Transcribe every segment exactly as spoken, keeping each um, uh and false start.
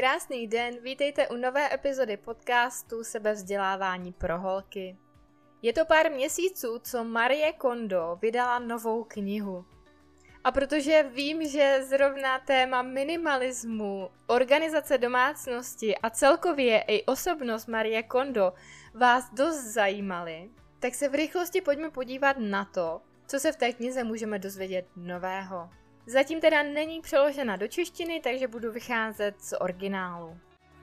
Krásný den, vítejte u nové epizody podcastu Sebevzdělávání pro holky. Je to pár měsíců, co Marie Kondo vydala novou knihu. A protože vím, že zrovna téma minimalismu, organizace domácnosti a celkově i osobnost Marie Kondo vás dost zajímaly, tak se v rychlosti pojďme podívat na to, co se v té knize můžeme dozvědět nového. Zatím teda není přeložena do češtiny, takže budu vycházet z originálu.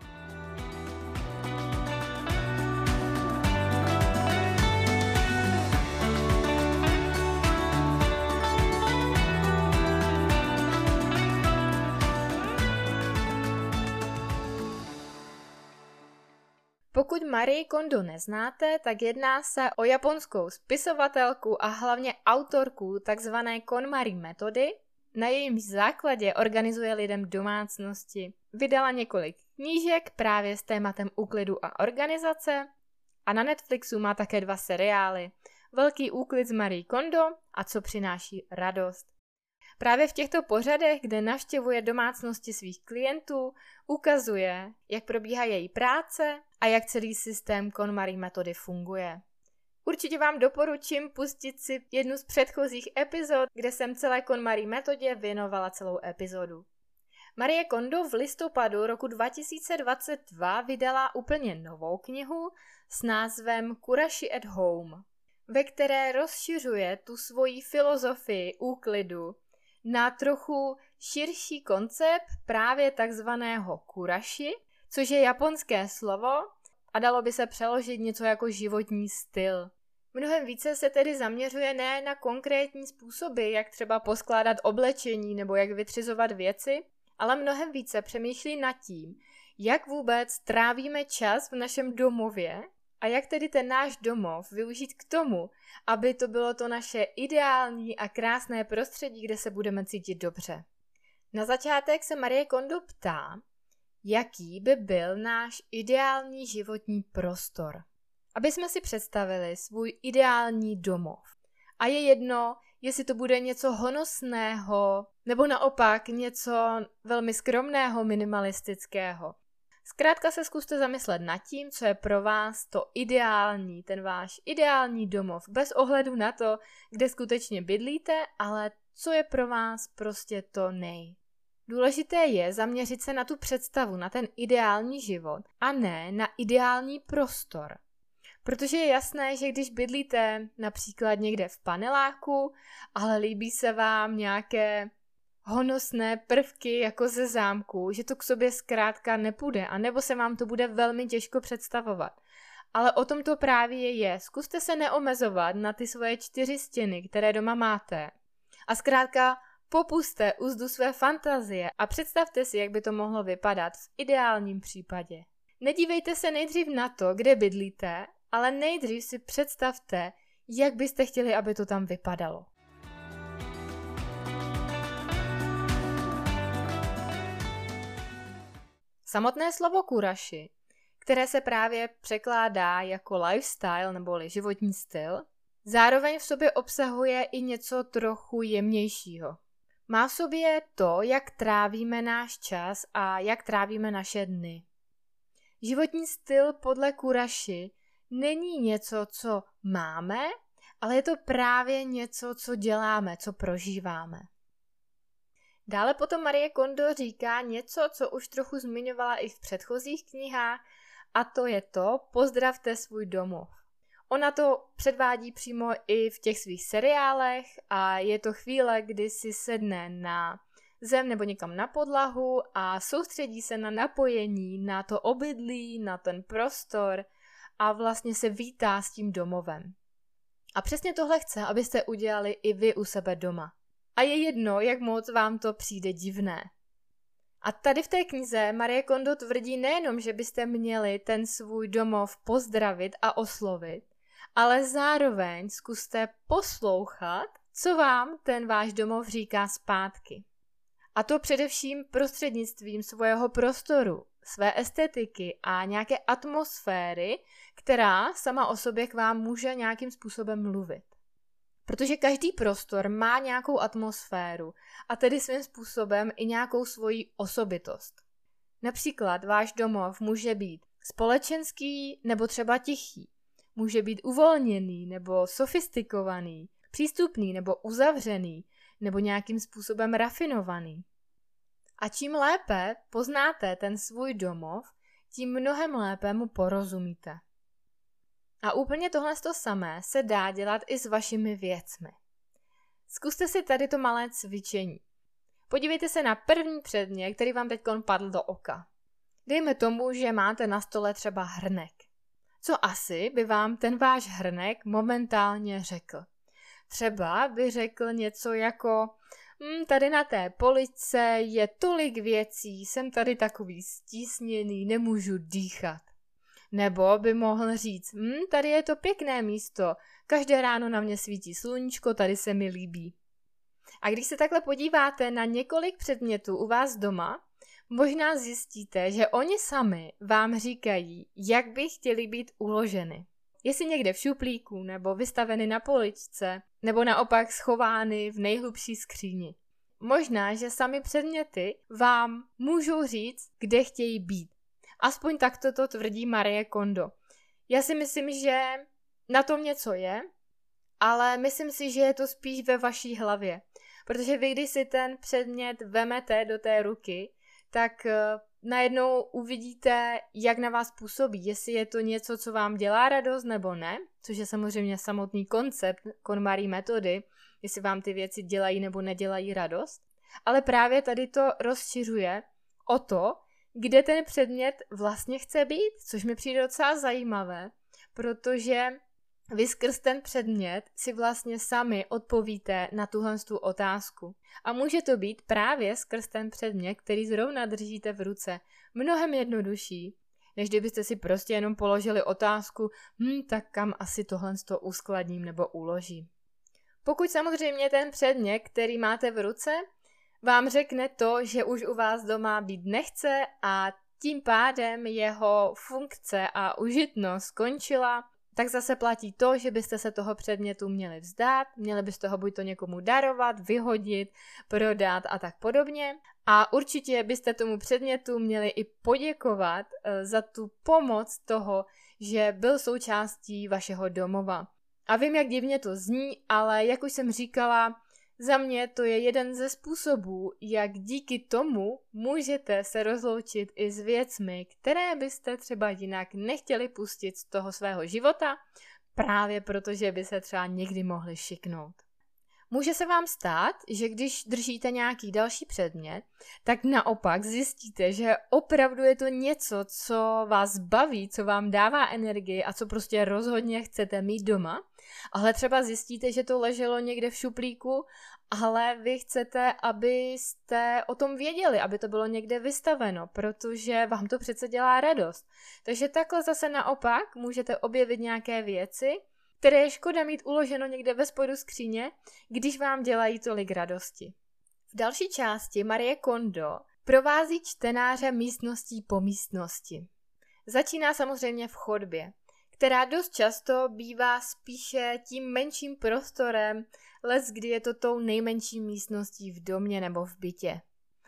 Pokud Marie Kondo neznáte, tak jedná se o japonskou spisovatelku a hlavně autorku takzvané KonMari metody. Na jejím základě organizuje lidem domácnosti. Vydala několik knížek právě s tématem úklidu a organizace a na Netflixu má také dva seriály. Velký úklid s Marie Kondo a Co přináší radost. Právě v těchto pořadech, kde navštěvuje domácnosti svých klientů, ukazuje, jak probíhá její práce a jak celý systém KonMari metody funguje. Určitě vám doporučím pustit si jednu z předchozích epizod, kde jsem celé KonMari metodě věnovala celou epizodu. Marie Kondo v listopadu roku dva tisíce dvacet dva vydala úplně novou knihu s názvem Kurashi at Home, ve které rozšiřuje tu svoji filozofii úklidu na trochu širší koncept právě takzvaného kurashi, což je japonské slovo a dalo by se přeložit něco jako životní styl. Mnohem více se tedy zaměřuje ne na konkrétní způsoby, jak třeba poskládat oblečení nebo jak vytřizovat věci, ale mnohem více přemýšlí nad tím, jak vůbec trávíme čas v našem domově a jak tedy ten náš domov využít k tomu, aby to bylo to naše ideální a krásné prostředí, kde se budeme cítit dobře. Na začátek se Marie Kondo ptá, jaký by byl náš ideální životní prostor. Aby jsme si představili svůj ideální domov. A je jedno, jestli to bude něco honosného, nebo naopak něco velmi skromného, minimalistického. Zkrátka se zkuste zamyslet nad tím, co je pro vás to ideální, ten váš ideální domov, bez ohledu na to, kde skutečně bydlíte, ale co je pro vás prostě to nej. Důležité je zaměřit se na tu představu, na ten ideální život a ne na ideální prostor. Protože je jasné, že když bydlíte například někde v paneláku, ale líbí se vám nějaké honosné prvky jako ze zámku, že to k sobě zkrátka nepůjde, anebo se vám to bude velmi těžko představovat. Ale o tom to právě je. Zkuste se neomezovat na ty svoje čtyři stěny, které doma máte. A zkrátka popuste úzdu své fantazie a představte si, jak by to mohlo vypadat v ideálním případě. Nedívejte se nejdřív na to, kde bydlíte, ale nejdřív si představte, jak byste chtěli, aby to tam vypadalo. Samotné slovo kurashi, které se právě překládá jako lifestyle neboli životní styl, zároveň v sobě obsahuje i něco trochu jemnějšího. Má v sobě to, jak trávíme náš čas a jak trávíme naše dny. Životní styl podle kurashi není něco, co máme, ale je to právě něco, co děláme, co prožíváme. Dále potom Marie Kondo říká něco, co už trochu zmiňovala i v předchozích knihách, a to je to, pozdravte svůj domov. Ona to předvádí přímo i v těch svých seriálech a je to chvíle, kdy si sedne na zem nebo někam na podlahu a soustředí se na napojení, na to obydlí, na ten prostor a vlastně se vítá s tím domovem. A přesně tohle chce, abyste udělali i vy u sebe doma. A je jedno, jak moc vám to přijde divné. A tady v té knize Marie Kondo tvrdí nejenom, že byste měli ten svůj domov pozdravit a oslovit, ale zároveň zkuste poslouchat, co vám ten váš domov říká zpátky. A to především prostřednictvím svého prostoru, své estetiky a nějaké atmosféry, která sama o sobě k vám může nějakým způsobem mluvit. Protože každý prostor má nějakou atmosféru a tedy svým způsobem i nějakou svoji osobitost. Například váš domov může být společenský nebo třeba tichý. Může být uvolněný nebo sofistikovaný, přístupný nebo uzavřený nebo nějakým způsobem rafinovaný. A čím lépe poznáte ten svůj domov, tím mnohem lépe mu porozumíte. A úplně tohle samé se dá dělat i s vašimi věcmi. Zkuste si tady to malé cvičení. Podívejte se na první předmět, který vám teď padl do oka. Dejme tomu, že máte na stole třeba hrnek. Co asi by vám ten váš hrnek momentálně řekl? Třeba by řekl něco jako hm, tady na té poličce je tolik věcí, jsem tady takový stísněný, nemůžu dýchat. Nebo by mohl říct, hm, tady je to pěkné místo, každé ráno na mě svítí sluníčko, tady se mi líbí. A když se takhle podíváte na několik předmětů u vás doma, možná zjistíte, že oni sami vám říkají, jak by chtěli být uloženy. Jestli někde v šuplíku, nebo vystaveny na poličce, nebo naopak schovány v nejhlubší skříni. Možná, že sami předměty vám můžou říct, kde chtějí být. Aspoň takto to tvrdí Marie Kondo. Já si myslím, že na tom něco je, ale myslím si, že je to spíš ve vaší hlavě. Protože vy, když si ten předmět vemete do té ruky, tak uh, najednou uvidíte, jak na vás působí, jestli je to něco, co vám dělá radost nebo ne, což je samozřejmě samotný koncept KonMari metody, jestli vám ty věci dělají nebo nedělají radost. Ale právě tady to rozšiřuje o to, kde ten předmět vlastně chce být, což mi přijde docela zajímavé, protože vy skrz ten předmět si vlastně sami odpovíte na tuhle tu otázku. A může to být právě skrz ten předmět, který zrovna držíte v ruce, mnohem jednodušší, než kdybyste si prostě jenom položili otázku, hm, tak kam asi tohle to uskladním nebo uložím. Pokud samozřejmě ten předmět, který máte v ruce, vám řekne to, že už u vás doma být nechce a tím pádem jeho funkce a užitnost skončila, tak zase platí to, že byste se toho předmětu měli vzdát, měli byste ho buď to někomu darovat, vyhodit, prodat a tak podobně. A určitě byste tomu předmětu měli i poděkovat za tu pomoc toho, že byl součástí vašeho domova. A vím, jak divně to zní, ale jak už jsem říkala, za mě to je jeden ze způsobů, jak díky tomu můžete se rozloučit i s věcmi, které byste třeba jinak nechtěli pustit z toho svého života, právě protože by se třeba někdy mohli šiknout. Může se vám stát, že když držíte nějaký další předmět, tak naopak zjistíte, že opravdu je to něco, co vás baví, co vám dává energii a co prostě rozhodně chcete mít doma, ale třeba zjistíte, že to leželo někde v šuplíku, ale vy chcete, abyste o tom věděli, aby to bylo někde vystaveno, protože vám to přece dělá radost. Takže takhle zase naopak můžete objevit nějaké věci, které je škoda mít uloženo někde ve spodu skříně, když vám dělají tolik radosti. V další části Marie Kondo provází čtenáře místností po místnosti. Začíná samozřejmě v chodbě, která dost často bývá spíše tím menším prostorem, lec kdy je to tou nejmenší místností v domě nebo v bytě.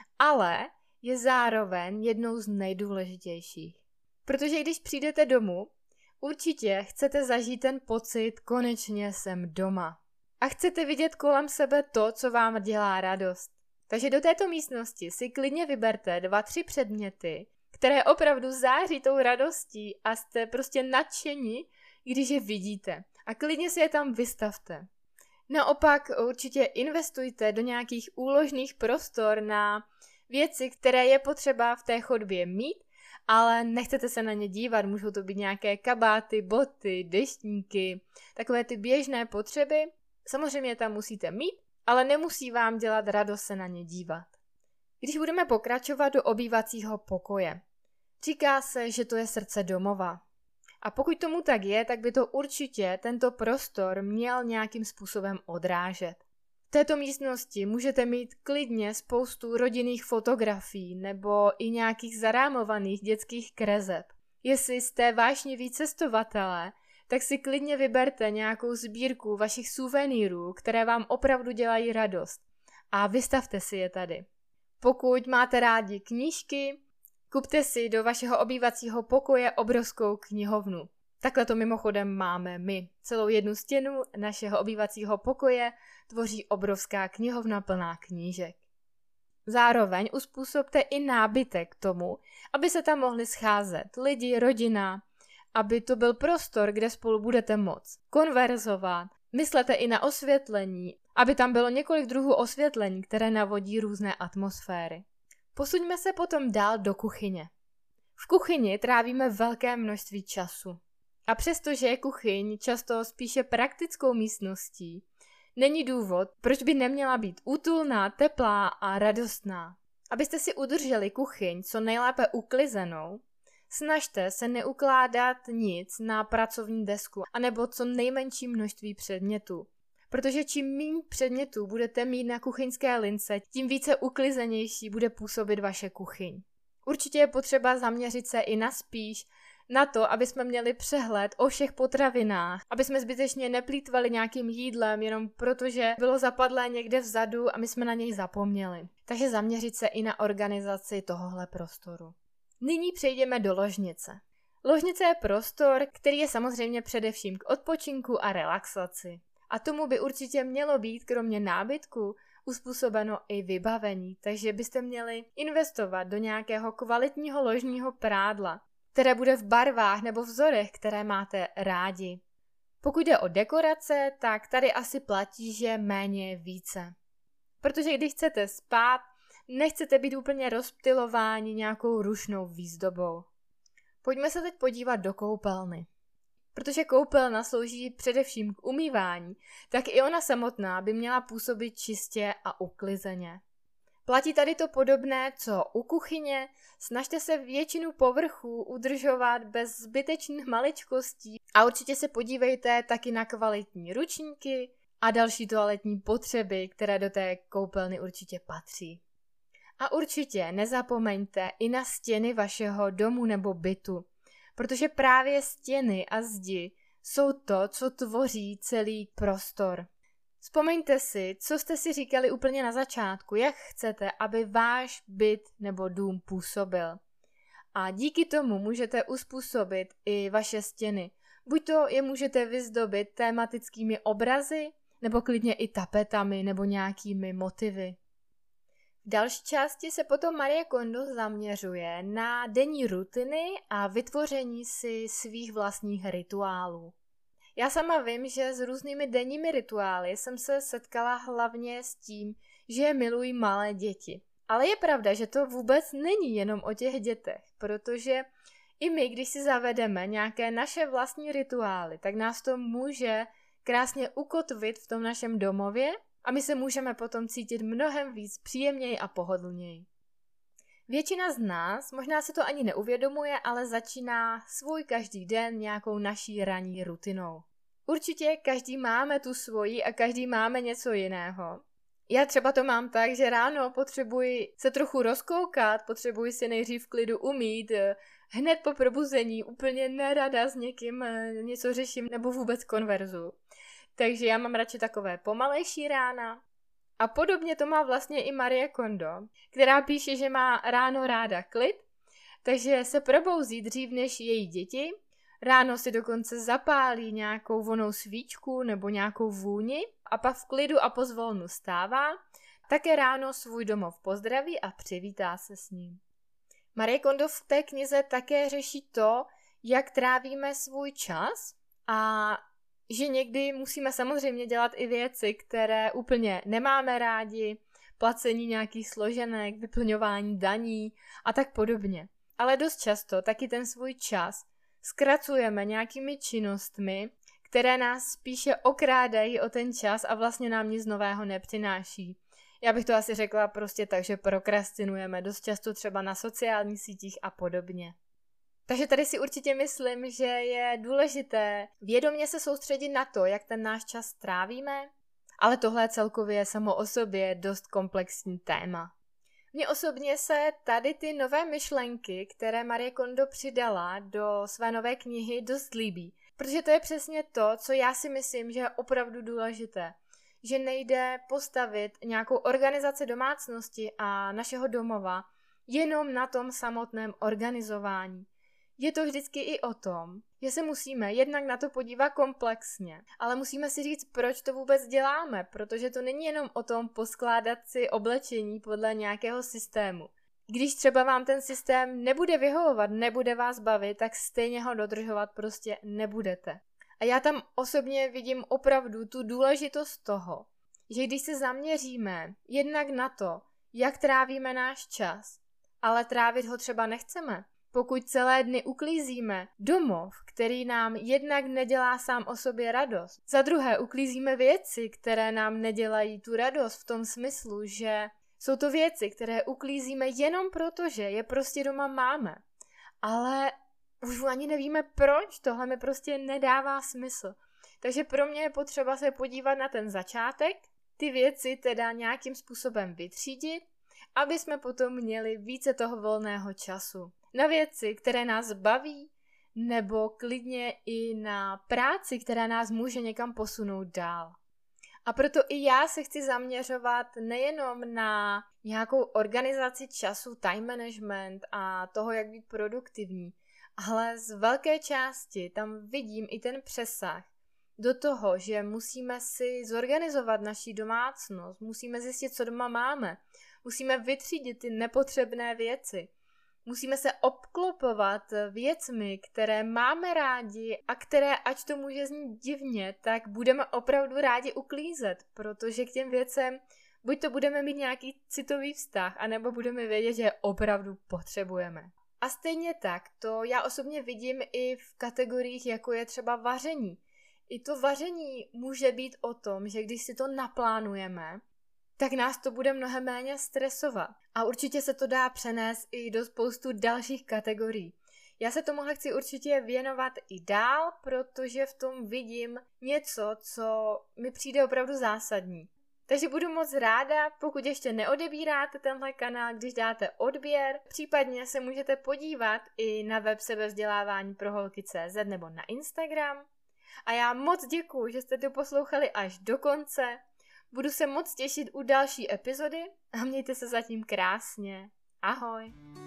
Ale je zároveň jednou z nejdůležitějších. Protože když přijdete domů, určitě chcete zažít ten pocit, konečně jsem doma. A chcete vidět kolem sebe to, co vám dělá radost. Takže do této místnosti si klidně vyberte dva, tři předměty, které opravdu září tou radostí a jste prostě nadšení, když je vidíte. A klidně si je tam vystavte. Naopak určitě investujte do nějakých úložných prostor na věci, které je potřeba v té chodbě mít, ale nechcete se na ně dívat, můžou to být nějaké kabáty, boty, deštníky, takové ty běžné potřeby. Samozřejmě tam musíte mít, ale nemusí vám dělat radost se na ně dívat. Když budeme pokračovat do obývacího pokoje, říká se, že to je srdce domova. A pokud tomu tak je, tak by to určitě tento prostor měl nějakým způsobem odrážet. V této místnosti můžete mít klidně spoustu rodinných fotografií nebo i nějakých zarámovaných dětských kreseb. Jestli jste vášniví cestovatelé, tak si klidně vyberte nějakou sbírku vašich suvenýrů, které vám opravdu dělají radost a vystavte si je tady. Pokud máte rádi knížky, Kupte si do vašeho obývacího pokoje obrovskou knihovnu. Takhle to mimochodem máme my. Celou jednu stěnu našeho obývacího pokoje tvoří obrovská knihovna plná knížek. Zároveň uspůsobte i nábytek tomu, aby se tam mohli scházet lidi, rodina, aby to byl prostor, kde spolu budete moct konverzovat. Myslete i na osvětlení, aby tam bylo několik druhů osvětlení, které navodí různé atmosféry. Posuňme se potom dál do kuchyně. V kuchyni trávíme velké množství času. A přestože je kuchyň často spíše praktickou místností, není důvod, proč by neměla být útulná, teplá a radostná. Abyste si udrželi kuchyň co nejlépe uklizenou, snažte se neukládat nic na pracovní desku anebo co nejmenší množství předmětů. Protože čím méně předmětů budete mít na kuchyňské lince, tím více uklizenější bude působit vaše kuchyň. Určitě je potřeba zaměřit se i na spíš na to, aby jsme měli přehled o všech potravinách, aby jsme zbytečně neplýtvali nějakým jídlem, jenom protože bylo zapadlé někde vzadu a my jsme na něj zapomněli. Takže zaměřit se i na organizaci tohohle prostoru. Nyní přejdeme do ložnice. Ložnice je prostor, který je samozřejmě především k odpočinku a relaxaci. A tomu by určitě mělo být, kromě nábytku, uspůsobeno i vybavení, takže byste měli investovat do nějakého kvalitního ložního prádla, které bude v barvách nebo vzorech, které máte rádi. Pokud jde o dekorace, tak tady asi platí, že méně je více. Protože když chcete spát, nechcete být úplně rozptylováni nějakou rušnou výzdobou. Pojďme se teď podívat do koupelny. Protože koupelna slouží především k umývání, tak i ona samotná by měla působit čistě a uklizeně. Platí tady to podobné, co u kuchyně, snažte se většinu povrchů udržovat bez zbytečných maličkostí a určitě se podívejte taky na kvalitní ručníky a další toaletní potřeby, které do té koupelny určitě patří. A určitě nezapomeňte i na stěny vašeho domu nebo bytu, protože právě stěny a zdi jsou to, co tvoří celý prostor. Vzpomeňte si, co jste si říkali úplně na začátku, jak chcete, aby váš byt nebo dům působil. A díky tomu můžete uspůsobit i vaše stěny. Buď to je můžete vyzdobit tematickými obrazy, nebo klidně i tapetami nebo nějakými motivy. V další části se potom Marie Kondo zaměřuje na denní rutiny a vytvoření si svých vlastních rituálů. Já sama vím, že s různými denními rituály jsem se setkala hlavně s tím, že milují malé děti. Ale je pravda, že to vůbec není jenom o těch dětech, protože i my, když si zavedeme nějaké naše vlastní rituály, tak nás to může krásně ukotvit v tom našem domově a my se můžeme potom cítit mnohem víc příjemněji a pohodlněji. Většina z nás možná se to ani neuvědomuje, ale začíná svůj každý den nějakou naší ranní rutinou. Určitě každý máme tu svoji a každý máme něco jiného. Já třeba to mám tak, že ráno potřebuji se trochu rozkoukat, potřebuji si nejdřív v klidu umýt, hned po probuzení úplně nerada s někým něco řeším nebo vůbec konverzu. Takže já mám radši takové pomalejší rána. A podobně to má vlastně i Marie Kondo, která píše, že má ráno ráda klid, takže se probouzí dřív než její děti, ráno si dokonce zapálí nějakou vonou svíčku nebo nějakou vůni a pak v klidu a pozvolnu stává, také ráno svůj domov pozdraví a přivítá se s ním. Marie Kondo v té knize také řeší to, jak trávíme svůj čas a že někdy musíme samozřejmě dělat i věci, které úplně nemáme rádi, placení nějakých složenek, vyplňování daní a tak podobně. Ale dost často taky ten svůj čas zkracujeme nějakými činnostmi, které nás spíše okrádají o ten čas a vlastně nám nic nového nepřináší. Já bych to asi řekla prostě tak, že prokrastinujeme dost často třeba na sociálních sítích a podobně. Takže tady si určitě myslím, že je důležité vědomě se soustředit na to, jak ten náš čas trávíme, ale tohle je celkově samo o sobě dost komplexní téma. Mně osobně se tady ty nové myšlenky, které Marie Kondo přidala do své nové knihy, dost líbí, protože to je přesně to, co já si myslím, že je opravdu důležité. Že nejde postavit nějakou organizaci domácnosti a našeho domova jenom na tom samotném organizování. Je to vždycky i o tom, že se musíme jednak na to podívat komplexně, ale musíme si říct, proč to vůbec děláme, protože to není jenom o tom poskládat si oblečení podle nějakého systému. Když třeba vám ten systém nebude vyhovovat, nebude vás bavit, tak stejně ho dodržovat prostě nebudete. A já tam osobně vidím opravdu tu důležitost toho, že když se zaměříme jednak na to, jak trávíme náš čas, ale trávit ho třeba nechceme, pokud celé dny uklízíme domov, který nám jednak nedělá sám o sobě radost, za druhé uklízíme věci, které nám nedělají tu radost v tom smyslu, že jsou to věci, které uklízíme jenom proto, že je prostě doma máme, ale už ani nevíme proč, tohle mi prostě nedává smysl. Takže pro mě je potřeba se podívat na ten začátek, ty věci teda nějakým způsobem vytřídit, aby jsme potom měli více toho volného času. Na věci, které nás baví, nebo klidně i na práci, která nás může někam posunout dál. A proto i já se chci zaměřovat nejenom na nějakou organizaci času, time management a toho, jak být produktivní, ale z velké části tam vidím i ten přesah do toho, že musíme si zorganizovat naši domácnost, musíme zjistit, co doma máme, musíme vytřídit ty nepotřebné věci, musíme se obklopovat věcmi, které máme rádi a které, ať to může znít divně, tak budeme opravdu rádi uklízet, protože k těm věcem buď to budeme mít nějaký citový vztah, anebo budeme vědět, že je opravdu potřebujeme. A stejně tak, to já osobně vidím i v kategoriích, jako je třeba vaření. I to vaření může být o tom, že když si to naplánujeme, tak nás to bude mnohem méně stresovat. A určitě se to dá přenést i do spoustu dalších kategorií. Já se tomuhle chci určitě věnovat i dál, protože v tom vidím něco, co mi přijde opravdu zásadní. Takže budu moc ráda, pokud ještě neodebíráte tenhle kanál, když dáte odběr, případně se můžete podívat i na web sebevzdělávání pro holky tečka cé zet nebo na Instagram. A já moc děkuju, že jste to poslouchali až do konce. Budu se moc těšit u další epizody a mějte se zatím krásně. Ahoj!